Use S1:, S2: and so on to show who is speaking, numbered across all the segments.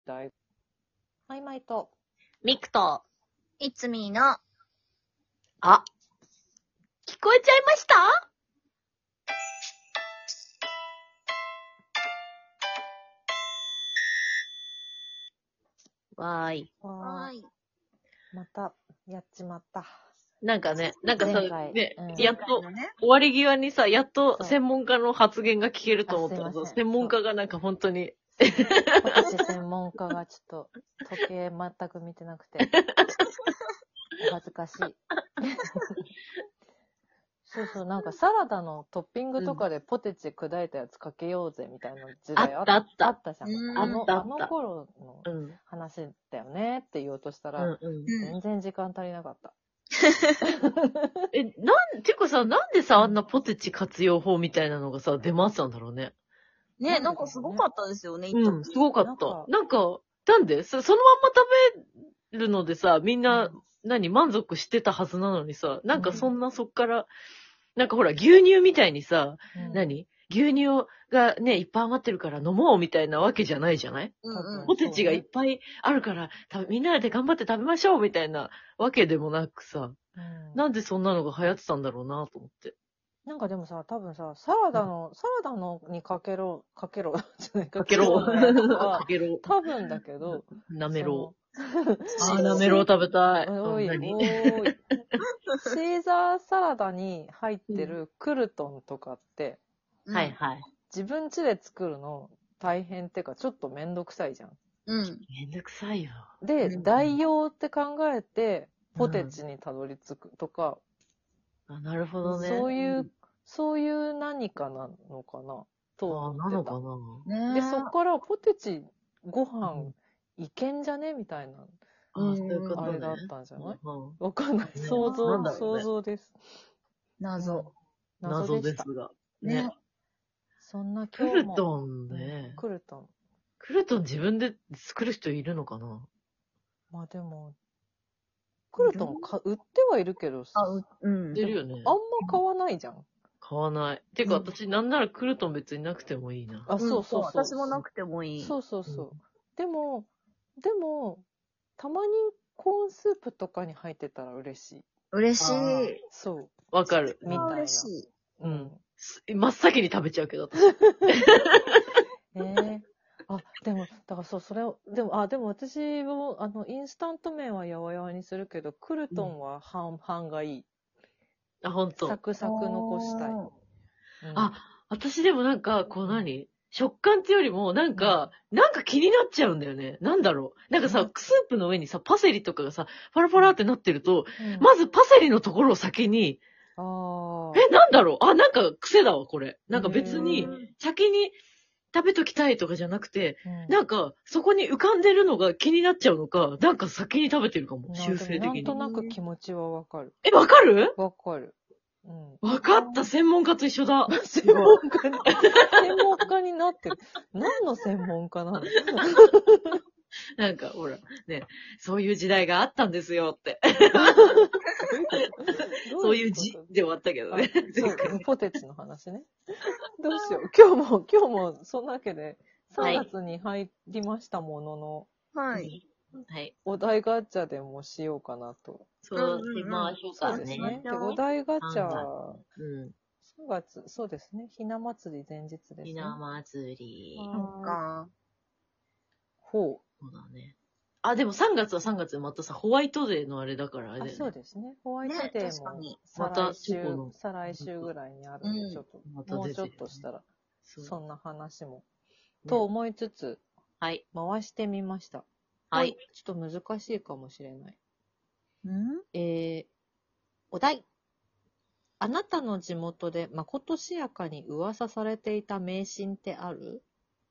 S1: マイマイと、
S2: ミクと、
S3: いつみーの、
S2: あ、聞こえちゃいましたわーい。
S3: はい。
S1: また、やっちまった。
S2: なんかね、なんかさ、
S1: 前回
S2: ね、
S1: うん
S2: やっと、
S3: ね。
S2: 終わり際にさ、やっと
S1: そう
S2: 専門家の発言が聞けると思ったらさ、
S1: あすいません
S2: 専門家がなんか本当に、
S1: ポテチ専門家がちょっと、時計全く見てなくて、お恥ずかしい。そうそう、なんかサラダのトッピングとかでポテチ砕いたやつかけようぜみたいな時代
S2: あった
S1: あったじゃん。あの
S2: あった
S1: 頃の
S2: うん。
S1: 話だよねって言おうとしたら、
S2: うんうん。
S1: 全然時間足りなかった。
S2: てかさ、なんでさ、あんなポテチ活用法みたいなのがさ、出回ってたんだろうね。
S3: ね、なんかすごかったですよね、一
S2: うん、すごかった。なんでそのまんま食べるのでさ、みんな、満足してたはずなのにさ、なんかそんなそっから、なんかほら、牛乳みたいにさ、
S1: うん
S2: 牛乳がね、いっぱい余ってるから飲もうみたいなわけじゃないじゃない
S3: うん
S2: ポテチがいっぱいあるから、みんなで頑張って食べましょうみたいなわけでもなくさ、なんでそんなのが流行ってたんだろうなと思って。
S1: なんかでもさ、多分さ、サラダのにかけろ、
S2: かけろ。
S1: のやつは
S2: かけろ。
S1: 多分だけど、
S2: なめろう。
S1: その
S2: なめろう食べたい。
S1: おい、
S2: 何
S1: おーい。シーザーサラダに入ってるクルトンとかって、
S2: はいはい。
S1: 自分家で作るの大変ってか、ちょっとめんどくさいじゃん。
S2: めんどくさいよ。
S1: で、
S3: うん
S1: 代用って考えて、ポテチにたどり着くとか、
S2: あ、なるほどね。
S1: そういう何かなのかなと思ってた。
S2: なのかな。
S3: ね
S1: で、そっからポテチ、ご飯、いけんじゃねみたいな、
S2: あ、そういうことね。
S1: あれだったんじゃない
S2: うん
S1: わかんない。
S2: ね
S1: 想
S2: なんだろうね
S1: 想像です。
S3: 謎。
S2: 謎
S1: でした。
S2: ですが。
S3: ね。
S2: ね。
S1: そんな
S2: ク
S1: 今日も。
S2: ルトンね。
S1: クルトン。
S2: クルトン自分で作る人いるのかな。
S1: まあでも、クルトン売ってはいるけどさ、
S2: 出るよね。
S1: あんま買わないじゃん。
S2: 買わない。てか私なんならクルトン別になくてもいいな。
S1: あ、そうそうそう。
S3: 私もなくてもいい。
S1: そうそうそう。でも、たまにコーンスープとかに入ってたら嬉しい。
S3: 嬉しい。
S1: そう。
S2: わかる。
S1: みたいな。
S3: 嬉しい。
S2: 真っ先に食べちゃうけど、私。
S1: でも、だからそう、それを、でも私も、インスタント麺はやわやわにするけど、クルトンは半々がいい。
S2: あ、ほんと。
S1: サクサク残したい。
S2: あ、私でもなんか、食感ってよりも、なんか気になっちゃうんだよね。なんだろう。なんかさ、スープの上にさ、パセリとかがさ、パラパラってなってると、まずパセリのところを先に、なんだろう。なんか癖だわ、これ。なんか別に、先に食べときたいとかじゃなくて、なんか、そこに浮かんでるのが気になっちゃうのか、なんか先に食べてるかも、修正的に。
S1: なんとなく気持ちはわかる。
S2: わかる？
S1: わかる。
S2: わかった、専門家と一緒だ。
S1: 専門家になってる。何の専門家なの？
S2: なんか、ほら、ね、そういう時代があったんですよって。そういう字で終わったけどね。
S1: そう、ポテチの話ね。どうしよう。今日も、そんなわけで、3月に入りましたものの、
S3: はい。
S2: はい。
S1: お題ガチャでもしようかなと。
S2: そうしましょうかね。
S1: で、お題ガチャ、
S2: 3
S1: 月、そうですね。ひな祭り前日ですね。
S2: ひな祭り。
S3: そうか。
S2: そうだね。でも3月は3月でまたさ、ホワイトデーのあれだからあれだよね。
S1: そうですね。ホワイトデーも再来週ぐらいにあるんで、ちょっと、もうちょっとしたら、そんな話も。と思いつつ、回してみました。はい。ちょっと難しいかもしれない。お題。あなたの地元でまことしやかに噂されていた迷信ってある？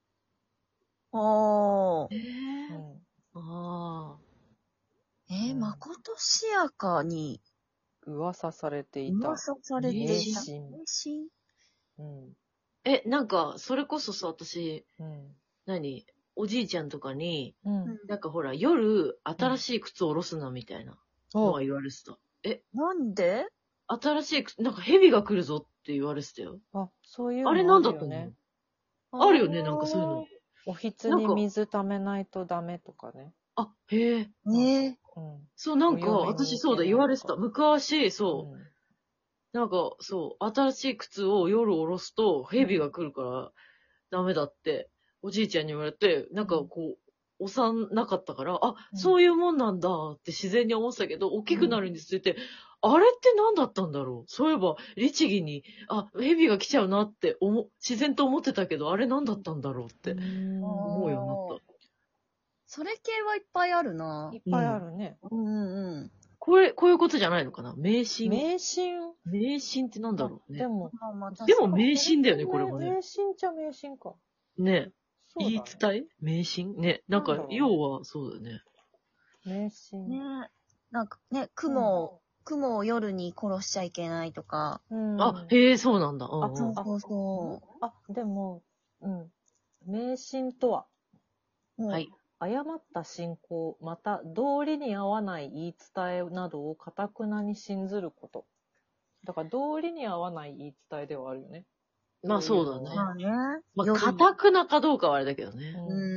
S3: まことしやかに
S1: 噂されていた迷信。
S2: なんか、それこそさ、私、おじいちゃんとかに、なんかほら、夜、新しい靴を下ろすな、みたいなのが言われてた。
S3: なんで？
S2: 新しい靴、なんか蛇が来るぞって言われてたよ。
S1: そういうの
S2: あれなんだったの？あるよね、なんかそういうの。
S1: おひつに水溜めないとダメとかね。
S2: あ、へえ。
S3: ねえ。
S1: うん。
S2: そう、なんか、私そうだ、言われてた。昔、そう。
S1: うん、
S2: なんか、そう、新しい靴を夜下ろすと、蛇が来るから、ダメだって、おじいちゃんに言われて、なんかこう、押さなかったから、あ、そういうもんなんだって自然に思ってたけど、大きくなるにつれて、あれって何だったんだろう。そういえば、律儀に、あ、蛇が来ちゃうなって自然と思ってたけど、あれ何だったんだろうって思うようになった。
S3: それ系はいっぱいあるな。
S1: いっぱいあるね。
S3: うんうん。
S2: こういうことじゃないのかな。迷信。
S1: 迷信
S2: 迷信ってなんだろうね。
S1: でも
S2: 迷信だよね、これもね。
S1: 迷信っちゃ迷信か。
S2: ね。
S1: そうだね、
S2: 言い伝え迷信ね。なんか、要は、そうだよね。
S1: 迷信。
S3: ね。なんかね、雲を夜に殺しちゃいけないとか。
S2: あ、へえ、そうなんだ。
S3: そうそう。
S1: あ、でも、迷信とは、
S2: はい。
S1: 誤った信仰、また道理に合わない言い伝えなどを堅くなに信ずること。だから道理に合わない言い伝えではあるよね。
S2: まあそうだね。
S3: まあね。
S2: まあ、堅くなかどうかはあれだけどね。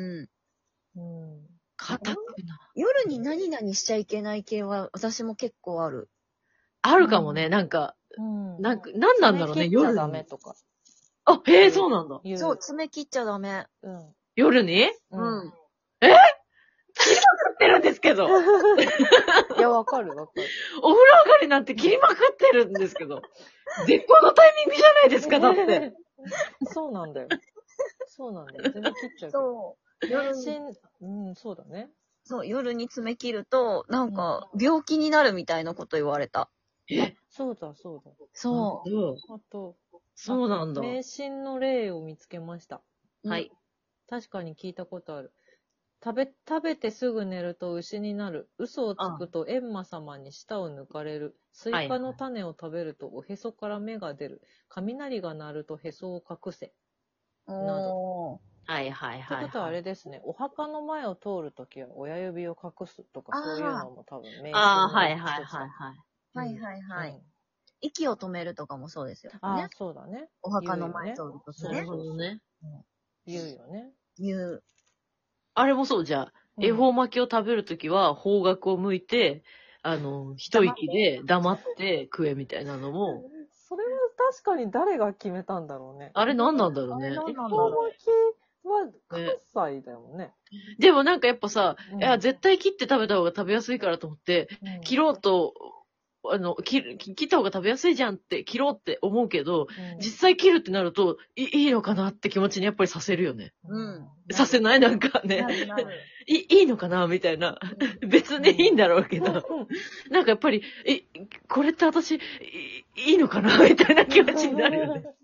S2: 堅くな。
S3: 夜に何々しちゃいけない系は私も結構ある。
S2: あるかもね、なんか。なんなんだろうね、夜に。
S1: ダメとか。
S2: あ、へえ、そうなんだ。
S3: そう、爪切っちゃダメ。
S2: 夜に
S3: 切りまく
S2: ってるんですけど。
S1: いや、わかる。
S2: お風呂上がりなんて切りまくってるんですけど。絶好のタイミングじゃないですか、だって。
S1: そうなんだよ。全部切っちゃう。
S3: そう。
S1: そうだね。
S3: そう、夜に爪切ると、なんか、病気になるみたいなこと言われた。
S1: そうだ。
S3: そう。
S1: あと、
S2: そうなんだ。
S1: 迷信の例を見つけました。
S2: はい。
S1: 確かに聞いたことある。食べてすぐ寝ると牛になる。嘘をつくと閻魔様に舌を抜かれる。スイカの種を食べるとおへそから芽が出る。雷が鳴るとへそを隠せ。など。
S2: はいはいはい。
S1: ということはあれですね。お墓の前を通るときは親指を隠すとかそういうのも多分迷信の
S2: はい
S3: はい。息を止めるとかもそうですよね。
S1: そうだね。
S3: お墓の前通るときね。
S2: なるほどね。
S1: 言うよね。
S3: 言う。
S2: あれもそう、じゃあ、恵方巻きを食べるときは方角を向いて、一息で黙って食えみたいなのも。
S1: それは確かに誰が決めたんだろうね。
S2: あれ何なんだろうね。
S1: 恵方巻きは関西だよね。
S2: でもなんかやっぱさ、いや、絶対切って食べた方が食べやすいからと思って、切ろうと、切った方が食べやすいじゃんって切ろうって思うけど、実際切るってなると、いいのかなって気持ちにやっぱりさせるよね。させないなんかね。いいのかなみたいな。別にいいんだろうけど。なんかやっぱり、これって私、いいのかなみたいな気持ちになるよね。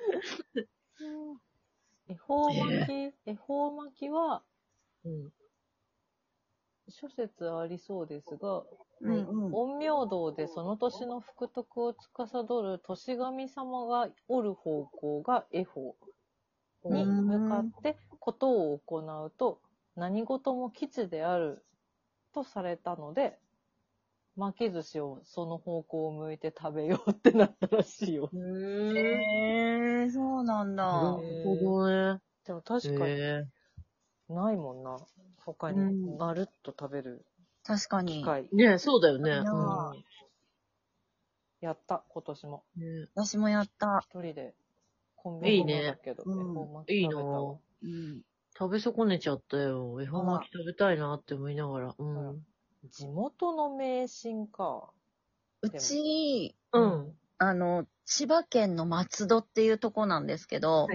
S1: 恵方巻きは、諸説ありそうですが、陰陽道でその年の福徳を司る年神様がおる方向が恵方に向かってことを行うと何事も吉であるとされたので、巻き寿司をその方向を向いて食べようってなったらしいよ。
S3: そうなんだ。
S2: なるほどね。
S1: でも確かにないもんな。他にまるっと食べる
S3: 確かに。
S1: 機会。
S2: ね、そうだよね。
S1: やった、今年も。
S3: 私もやった。
S1: 一人でコンビニだけど、
S2: いいなぁ。食べ損ねちゃったよ。恵方巻き食べたいなって思いながら。
S1: 地元の迷信か。
S3: うち、千葉県の松戸っていうとこなんですけど、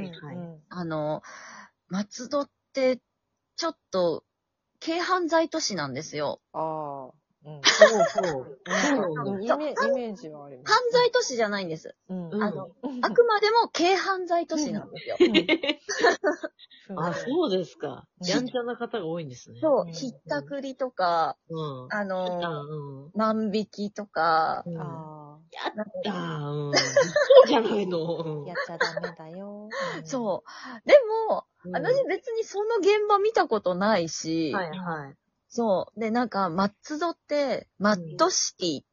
S3: 松戸ってちょっと軽犯罪都市なんですよ。
S1: そう。イメージはあります。
S3: 犯罪都市じゃないんです。あくまでも軽犯罪都市なんですよ。
S2: あ、そうですか。やんちゃな方が多いんですね。
S3: そう、ひったくりとか、万引きとか、
S2: やったそうじゃないの。
S1: やっちゃダメだよ。
S3: そう。でも、私別にその現場見たことないし、そう。で、なんか、松戸って、マッドシティって、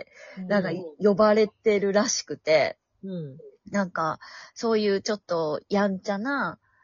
S3: なんか、呼ばれてるらしくて、なんか、そういうちょっと、やんちゃな、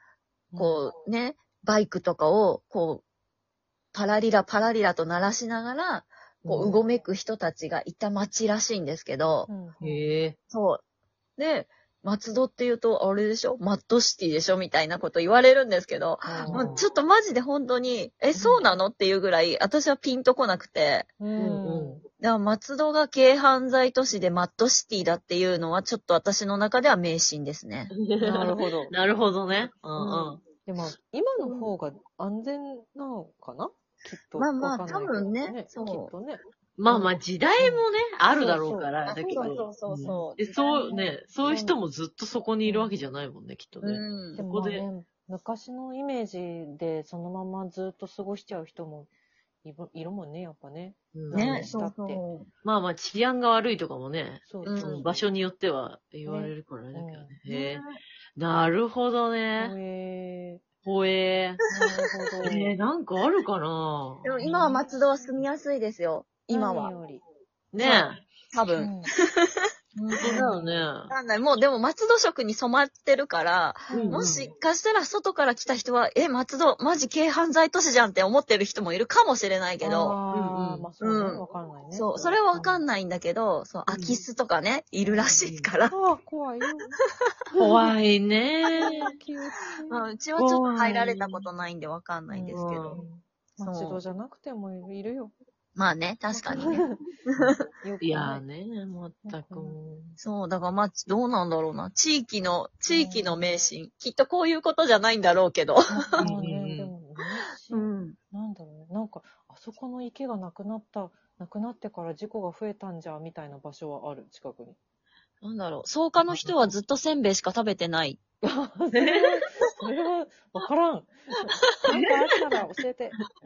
S3: こうね、バイクとかを、こう、パラリラと鳴らしながら、こう、うごめく人たちがいた街らしいんですけど、
S2: へえ。
S3: そう。で、松戸って言うと、あれでしょマッドシティでしょみたいなこと言われるんですけど、もうちょっとマジで本当に、そうなのっていうぐらい、私はピンとこなくて、だから松戸が軽犯罪都市でマッドシティだっていうのは、ちょっと私の中では迷信ですね。
S1: なるほど。
S2: なるほどね。
S1: でも、今の方が安全なのかなきっと。
S3: まあまあ、多分ね。
S1: そう。きっとね。
S2: まあまあ、時代もね、あるだろうから、だけ
S3: ど。そう。
S2: そうね、そういう人もずっとそこにいるわけじゃないもんね、きっとね。
S1: でもね、昔のイメージでそのままずっと過ごしちゃう人もいるもんね、やっぱね。
S3: ね、そう。
S2: まあまあ、治安が悪いとかもね、場所によっては言われるからだけどね。へえ。なるほどね。ほえー。なるほど。なんかあるかな？
S3: でも今は松戸は住みやすいですよ。今は。
S2: ねえ。
S3: 多分。
S2: 本当だよね。
S3: なんだもうでも松戸色に染まってるから、もしかしたら外から来た人は、松戸、マジ軽犯罪都市じゃんって思ってる人もいるかもしれないけど。
S1: まあそうね、わかんないね。
S3: そう、それはわかんないんだけど、そう、空き巣とかね、いるらしいから。
S1: 怖いよ。
S2: 怖いね。
S3: うちはちょっと入られたことないんでわかんないんですけど。
S1: 松戸じゃなくてもいるよ。
S3: まあね、確かにね。
S2: いやーね、全く。
S3: そう、だからまあ、どうなんだろうな。地域の迷信。きっとこういうことじゃないんだろうけど。
S1: でも迷信、なんだろうね。なんか、あそこの池がなくなってから事故が増えたんじゃ、みたいな場所はある、近くに。
S3: なんだろう。草加の人はずっとせんべいしか食べてない。
S1: それは、わからん。なんかあったら教えて。